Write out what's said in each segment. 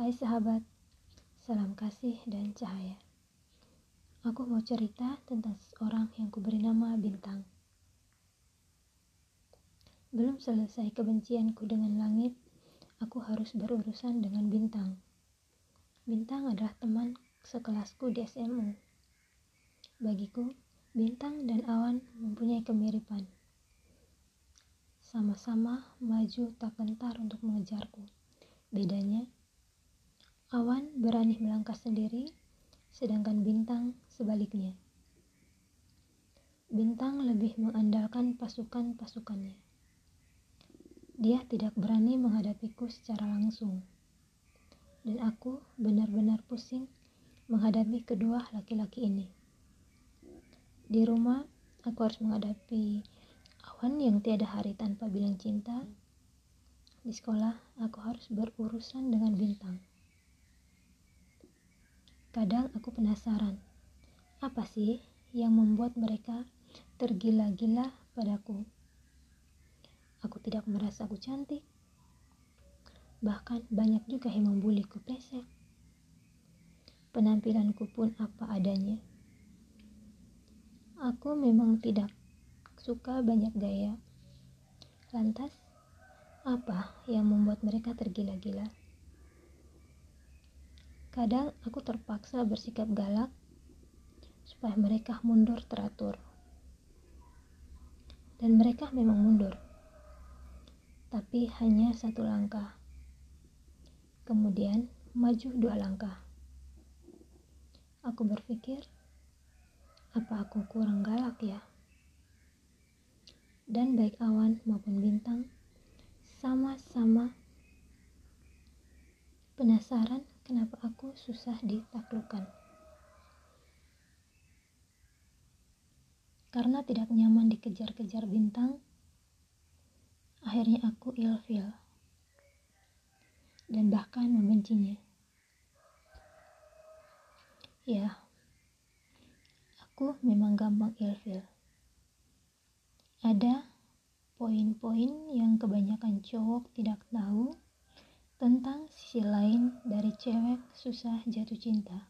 Hai sahabat, salam kasih dan cahaya. Aku mau cerita tentang seseorang yang kuberi nama Bintang. Belum selesai kebencianku dengan langit, aku harus berurusan dengan Bintang. Bintang adalah teman sekelasku di SMU. Bagiku, Bintang dan awan mempunyai kemiripan. Sama-sama maju tak gentar untuk mengejarku. Bedanya, awan berani melangkah sendiri, sedangkan Bintang sebaliknya. Bintang lebih mengandalkan pasukan-pasukannya. Dia tidak berani menghadapiku secara langsung. Dan aku benar-benar pusing menghadapi kedua laki-laki ini. Di rumah, aku harus menghadapi awan yang tiada hari tanpa bilang cinta. Di sekolah, aku harus berurusan dengan Bintang. Kadang aku penasaran, apa sih yang membuat mereka tergila-gila padaku? Aku tidak merasa aku cantik. Bahkan banyak juga yang membuliku pesek. Penampilanku pun apa adanya. Aku memang tidak suka banyak gaya. Lantas, apa yang membuat mereka tergila-gila? Kadang aku terpaksa bersikap galak supaya mereka mundur teratur. Dan mereka memang mundur, tapi hanya satu langkah. Kemudian maju 2 langkah. Aku berpikir, apa aku kurang galak ya? Dan baik awan maupun Bintang sama-sama penasaran kenapa aku susah ditaklukkan. Karena tidak nyaman dikejar-kejar Bintang, akhirnya aku ilfil dan bahkan membencinya. Ya, aku memang gampang ilfil. Ada poin-poin yang kebanyakan cowok tidak tahu tentang sisi lain dari cewek susah jatuh cinta.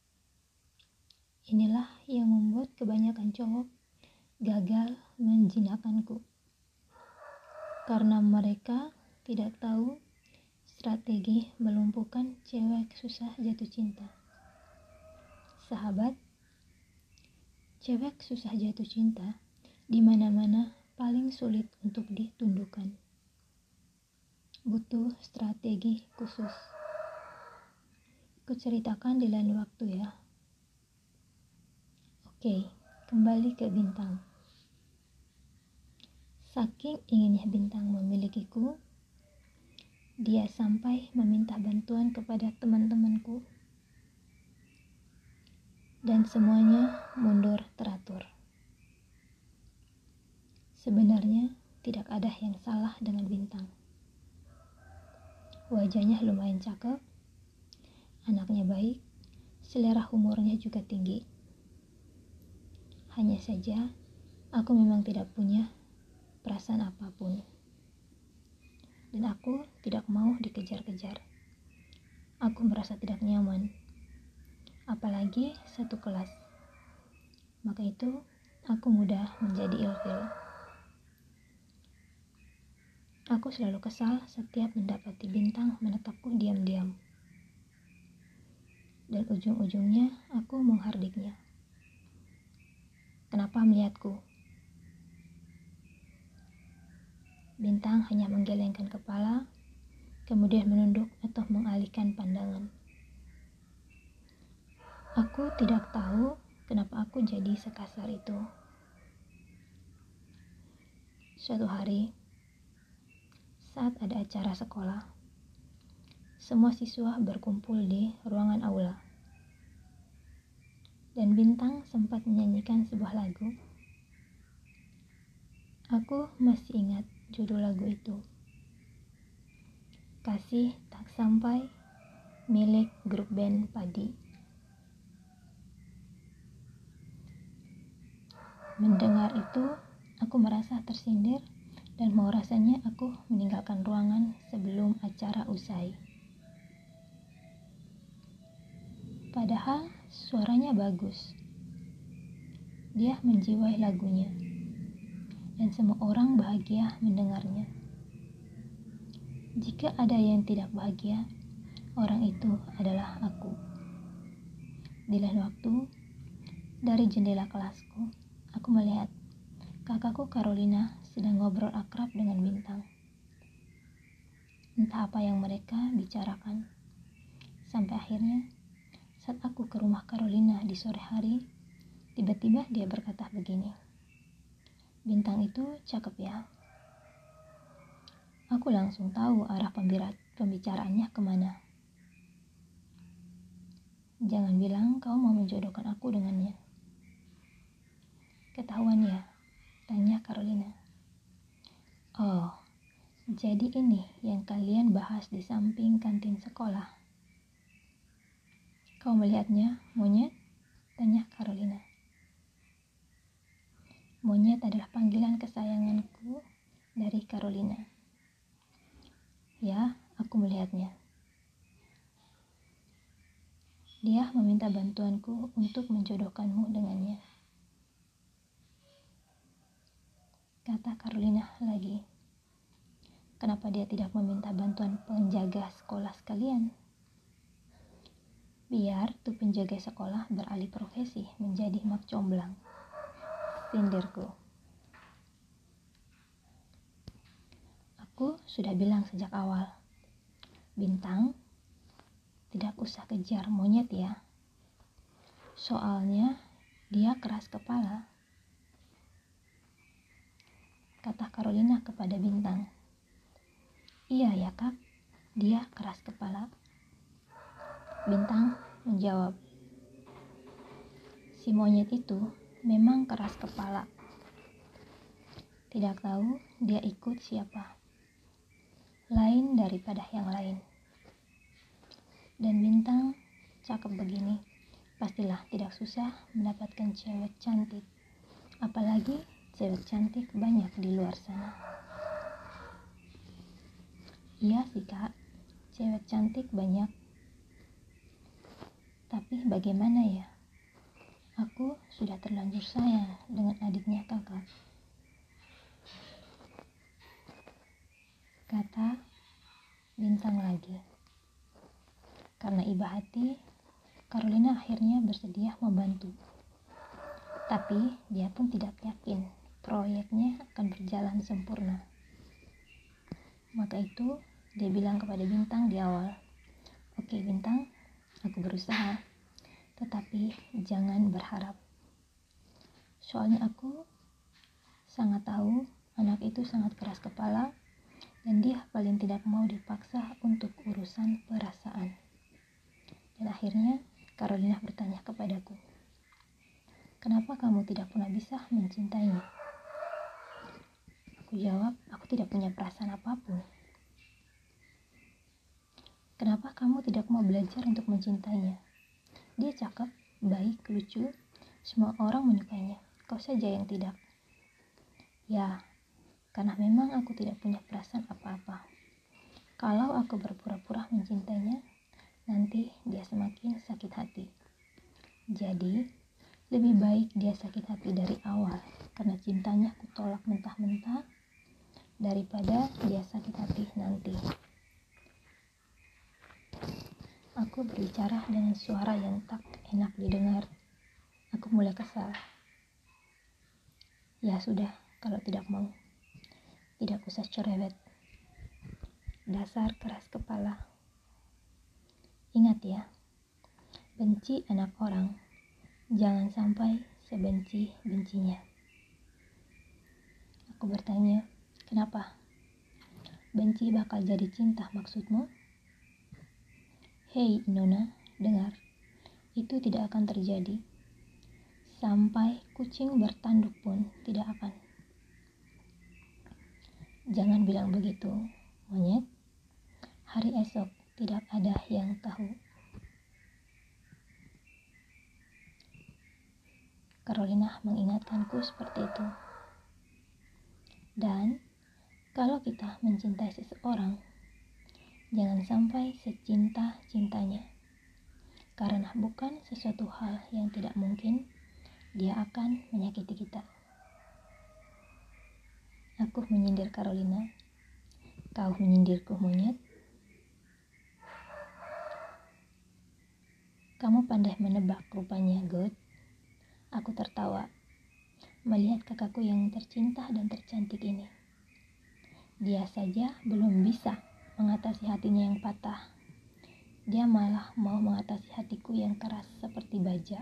Inilah yang membuat kebanyakan cowok gagal menjinakkanku. Karena mereka tidak tahu strategi melumpuhkan cewek susah jatuh cinta. Sahabat, cewek susah jatuh cinta di mana-mana paling sulit untuk ditundukkan. Butuh strategi khusus. Kuceritakan di lain waktu ya. Oke, kembali ke Bintang. Saking inginnya Bintang memilikiku, dia sampai meminta bantuan kepada teman-temanku. Dan semuanya mundur teratur. Sebenarnya tidak ada yang salah dengan Bintang. Wajahnya lumayan cakep, anaknya baik, selera humornya juga tinggi. Hanya saja, aku memang tidak punya perasaan apapun. Dan aku tidak mau dikejar-kejar. Aku merasa tidak nyaman. Apalagi satu kelas. Maka itu, aku mudah menjadi ilfil. Aku selalu kesal setiap mendapati Bintang menatapku diam-diam. Dan ujung-ujungnya aku menghardiknya. Kenapa melihatku? Bintang hanya menggelengkan kepala, kemudian menunduk atau mengalihkan pandangan. Aku tidak tahu kenapa aku jadi sekasar itu. Suatu hari, saat ada acara sekolah, semua siswa berkumpul di ruangan aula. Dan Bintang sempat menyanyikan sebuah lagu. Aku masih ingat judul lagu itu. Kasih Tak Sampai, milik grup band Padi. Mendengar itu, aku merasa tersindir dan mau rasanya aku meninggalkan ruangan sebelum acara usai. Padahal suaranya bagus. Dia menjiwai lagunya, dan semua orang bahagia mendengarnya. Jika ada yang tidak bahagia, orang itu adalah aku. Di lain waktu, dari jendela kelasku, aku melihat kakakku Carolina sedang ngobrol akrab dengan Bintang. Entah apa yang mereka bicarakan. Sampai akhirnya, saat aku ke rumah Carolina di sore hari, tiba-tiba dia berkata begini, "Bintang itu cakep ya." Aku langsung tahu arah pembicaraannya kemana. "Jangan bilang kau mau menjodohkan aku dengannya." "Ketahuan ya?" tanya Carolina. "Oh, jadi ini yang kalian bahas di samping kantin sekolah." "Kau melihatnya, monyet?" tanya Carolina. Monyet adalah panggilan kesayanganku dari Carolina. "Ya, aku melihatnya." "Dia meminta bantuanku untuk menjodohkanmu dengannya," kata Carolina lagi. "Kenapa dia tidak meminta bantuan penjaga sekolah sekalian? Biar tuh penjaga sekolah beralih profesi menjadi mak comblang," sindirku. "Aku sudah bilang sejak awal, Bintang, tidak usah kejar monyet ya. Soalnya dia keras kepala," kata Carolina kepada Bintang. "Iya ya kak, dia keras kepala," Bintang menjawab. "Si monyet itu memang keras kepala. Tidak tahu dia ikut siapa, lain daripada yang lain. Dan Bintang cakep begini, pastilah tidak susah mendapatkan cewek cantik. Apalagi cewek cantik banyak di luar sana." "Iya sih kak, cewek cantik banyak. Tapi bagaimana ya? Aku sudah terlanjur sayang dengan adiknya kakak," kata Bintang lagi. Karena iba hati, Carolina akhirnya bersedia membantu. Tapi dia pun tidak yakin proyeknya akan berjalan sempurna. Maka itu dia bilang kepada Bintang di awal, "Oke Bintang, aku berusaha. Tetapi jangan berharap. Soalnya aku sangat tahu anak itu sangat keras kepala dan dia paling tidak mau dipaksa untuk urusan perasaan." Dan akhirnya Carolina bertanya kepadaku, "Kenapa kamu tidak pernah bisa mencintainya?" Aku jawab, "Aku tidak punya perasaan apapun." "Kenapa kamu tidak mau belajar untuk mencintainya? Dia cakep, baik, lucu, semua orang menyukainya. Kau saja yang tidak." "Ya, karena memang aku tidak punya perasaan apa-apa. Kalau aku berpura-pura mencintainya, nanti dia semakin sakit hati. Jadi, lebih baik dia sakit hati dari awal karena cintanya kutolak mentah-mentah daripada dia sakit hati nanti." Aku berbicara dengan suara yang tak enak didengar. Aku mulai kesal. "Ya sudah, kalau tidak mau, tidak usah cerewet. Dasar keras kepala. Ingat ya, benci anak orang, jangan sampai sebenci-bencinya." Aku bertanya, "Kenapa? Benci bakal jadi cinta maksudmu?" "Hei Nona, dengar. Itu tidak akan terjadi. Sampai kucing bertanduk pun tidak akan." "Jangan bilang begitu, monyet. Hari esok tidak ada yang tahu." Carolina mengingatkanku seperti itu. Dan kalau kita mencintai seseorang, jangan sampai secinta-cintanya. Karena bukan sesuatu hal yang tidak mungkin, dia akan menyakiti kita. Aku menyindir Carolina. Kau menyindirku, monyet. Kamu pandai menebak rupanya, God. Aku tertawa melihat kakakku yang tercinta dan tercantik ini. Dia saja belum bisa mengatasi hatinya yang patah. Dia malah mau mengatasi hatiku yang keras seperti baja.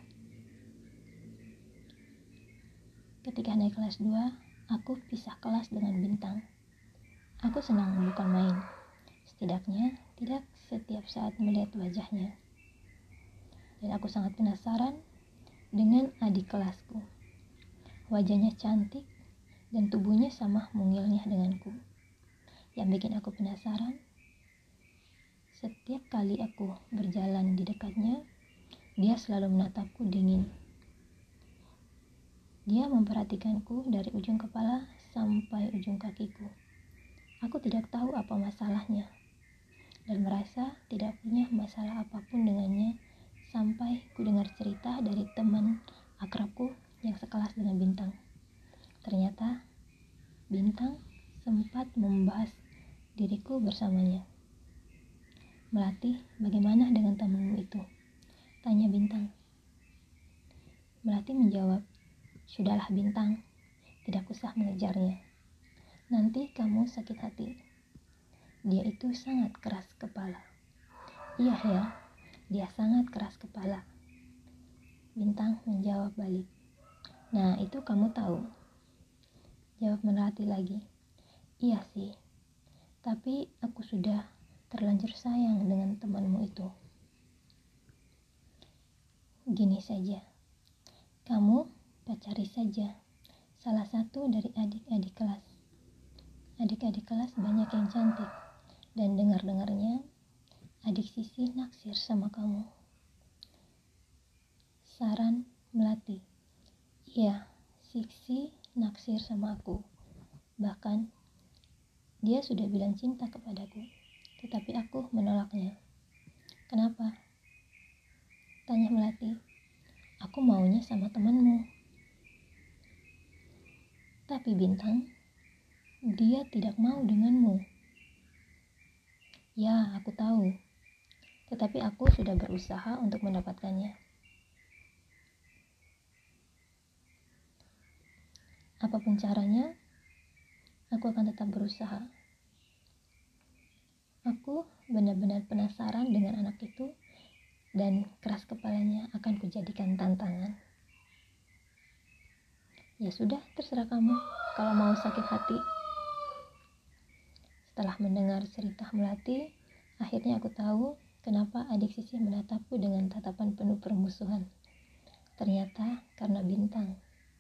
Ketika naik kelas 2, aku pisah kelas dengan Bintang. Aku senang bukan main. Setidaknya tidak setiap saat melihat wajahnya. Dan aku sangat penasaran dengan adik kelasku. Wajahnya cantik dan tubuhnya sama mungilnya denganku. Yang bikin aku penasaran, setiap kali aku berjalan di dekatnya, dia selalu menatapku dingin. Dia memperhatikanku dari ujung kepala sampai ujung kakiku. Aku tidak tahu apa masalahnya dan merasa tidak punya masalah apapun dengannya sampai ku dengar cerita dari teman akrabku yang sekelas dengan Bintang. Ternyata Bintang sempat membahas diriku bersamanya. Melati, bagaimana dengan temanmu itu? Tanya Bintang. Melati menjawab, sudahlah Bintang, tidak usah mengejarnya. Nanti kamu sakit hati. Dia itu sangat keras kepala. Iya ya, dia sangat keras kepala. Bintang menjawab balik. Nah, itu kamu tahu. Jawab Melati lagi. Iya sih, tapi aku sudah terlanjur sayang dengan temanmu itu. Gini saja, kamu pacari saja salah satu dari adik-adik kelas. Adik-adik kelas banyak yang cantik, dan dengar-dengarnya adik Sisi naksir sama kamu. Saran Melati. Iya, Sisi naksir sama aku. Bahkan dia sudah bilang cinta kepadaku, tetapi aku menolaknya. Kenapa? Tanya Melati. Aku maunya sama temanmu. Tapi Bintang, dia tidak mau denganmu. Ya, aku tahu. Tetapi aku sudah berusaha untuk mendapatkannya. Apapun caranya, aku akan tetap berusaha. Aku benar-benar penasaran dengan anak itu dan keras kepalanya akan kujadikan tantangan. Ya sudah, terserah kamu kalau mau sakit hati. Setelah mendengar cerita Melati, akhirnya aku tahu kenapa adik Sisi menatapku dengan tatapan penuh permusuhan. Ternyata karena Bintang.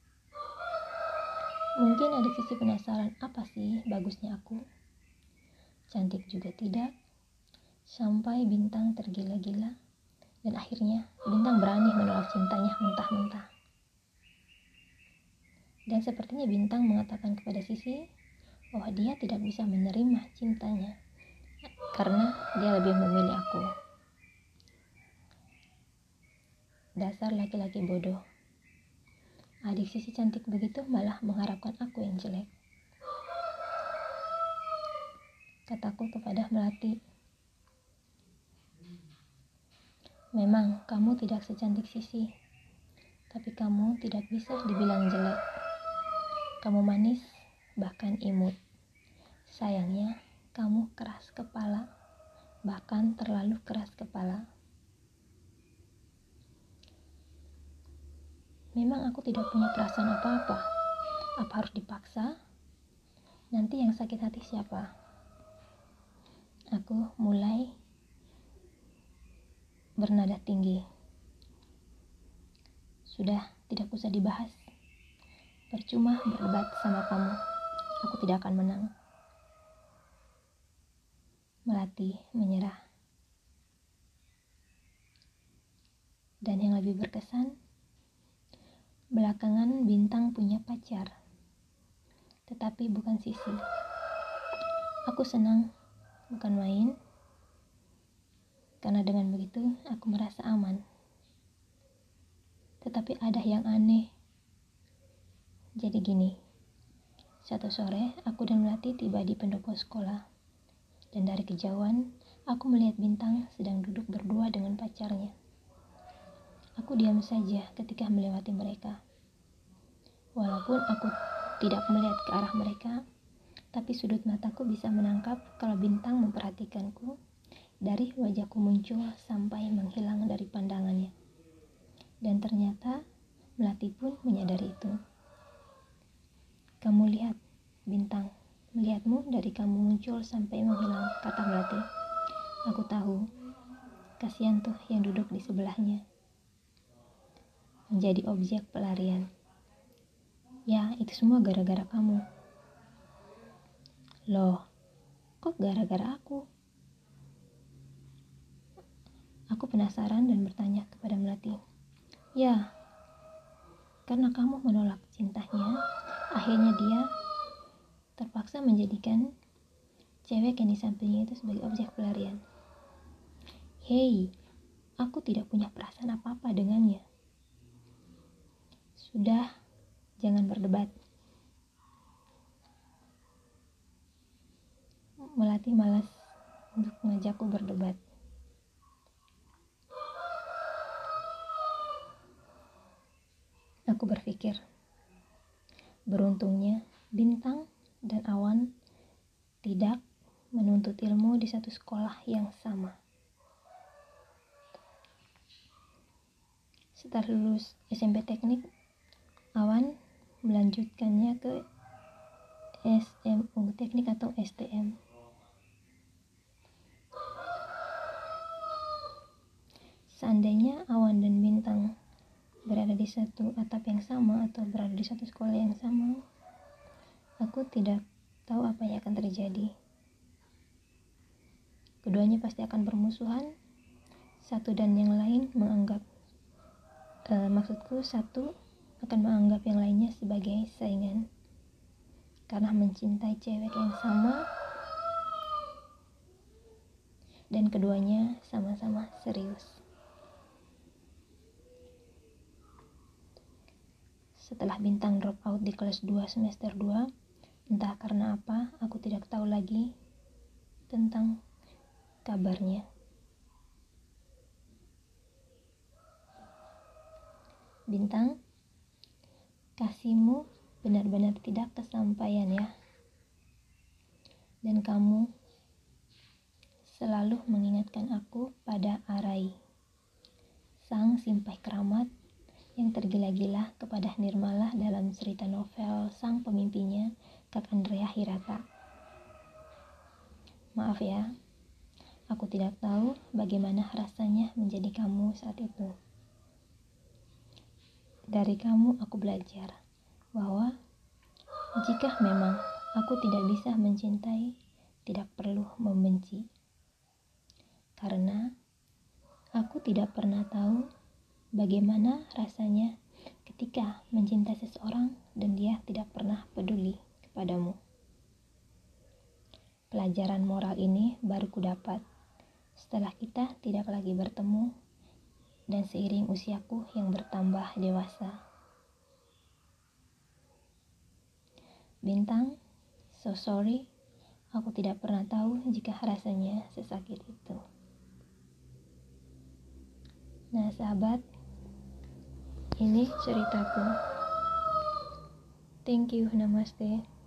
Mungkin adik Sisi penasaran apa sih bagusnya aku. Cantik juga tidak. Sampai Bintang tergila-gila. Dan akhirnya Bintang berani menolak cintanya mentah-mentah. Dan sepertinya Bintang mengatakan kepada Sisi bahwa dia tidak bisa menerima cintanya karena dia lebih memilih aku. Dasar laki-laki bodoh. Adik Sisi cantik begitu malah mengharapkan aku yang jelek. Kataku kepada Melati. Memang kamu tidak secantik Sisi, tapi kamu tidak bisa dibilang jelek. Kamu manis, bahkan imut. Sayangnya, kamu keras kepala, bahkan terlalu keras kepala. Memang aku tidak punya perasaan apa-apa. Apa harus dipaksa? Nanti yang sakit hati siapa? Aku mulai bernada tinggi. Sudah, tidak usah dibahas. Percuma berdebat sama kamu. Aku tidak akan menang. Melati menyerah. Dan yang lebih berkesan, belakangan Bintang punya pacar. Tetapi bukan Sisi. Aku senang, bukan main. karena dengan begitu aku merasa aman. Tetapi ada yang aneh. Jadi gini, satu sore aku dan Melati tiba di pendopo sekolah, dan dari kejauhan aku melihat Bintang sedang duduk berdua dengan pacarnya. Aku diam saja ketika melewati mereka. Walaupun aku tidak melihat ke arah mereka, tapi sudut mataku bisa menangkap kalau Bintang memperhatikanku dari wajahku muncul sampai menghilang dari pandangannya. Dan ternyata Melati pun menyadari itu. Kamu lihat, Bintang, melihatmu dari kamu muncul sampai menghilang, kata Melati. Aku tahu, kasihan tuh yang duduk di sebelahnya. Menjadi objek pelarian. Ya, itu semua gara-gara kamu. Loh, kok gara-gara aku? Aku penasaran dan bertanya kepada Melati. Ya, karena kamu menolak cintanya, akhirnya dia terpaksa menjadikan cewek yang di sampingnya itu sebagai objek pelarian. Hei, aku tidak punya perasaan apa-apa dengannya. Sudah, jangan berdebat. Melati malas untuk mengajakku berdebat. Aku berpikir, beruntungnya Bintang dan Awan tidak menuntut ilmu di satu sekolah yang sama. Setelah lulus SMP Teknik, Awan melanjutkannya ke SMU Teknik atau STM. Seandainya Awan dan Bintang berada di satu atap yang sama atau berada di satu sekolah yang sama, aku tidak tahu apa yang akan terjadi. Keduanya pasti akan bermusuhan. Satu dan yang lain satu akan menganggap yang lainnya sebagai saingan karena mencintai cewek yang sama, dan keduanya sama-sama serius. Setelah Bintang drop out di kelas 2 semester 2, entah karena apa, aku tidak tahu lagi tentang kabarnya. Bintang, kasihmu benar-benar tidak kesampaian ya. Dan kamu selalu mengingatkan aku pada Arai, sang simpai keramat yang tergila-gila kepada Nirmala dalam cerita novel sang pemimpinya, Kak Andrea Hirata. Maaf ya, aku tidak tahu bagaimana rasanya menjadi kamu saat itu. Dari kamu aku belajar bahwa jika memang aku tidak bisa mencintai, tidak perlu membenci. Karena aku tidak pernah tahu bagaimana rasanya ketika mencintai seseorang dan dia tidak pernah peduli kepadamu. Pelajaran moral ini baru kudapat setelah kita tidak lagi bertemu dan seiring usiaku yang bertambah dewasa. Bintang, so sorry, aku tidak pernah tahu jika rasanya sesakit itu. Nah sahabat, ini ceritaku. Thank you, namaste.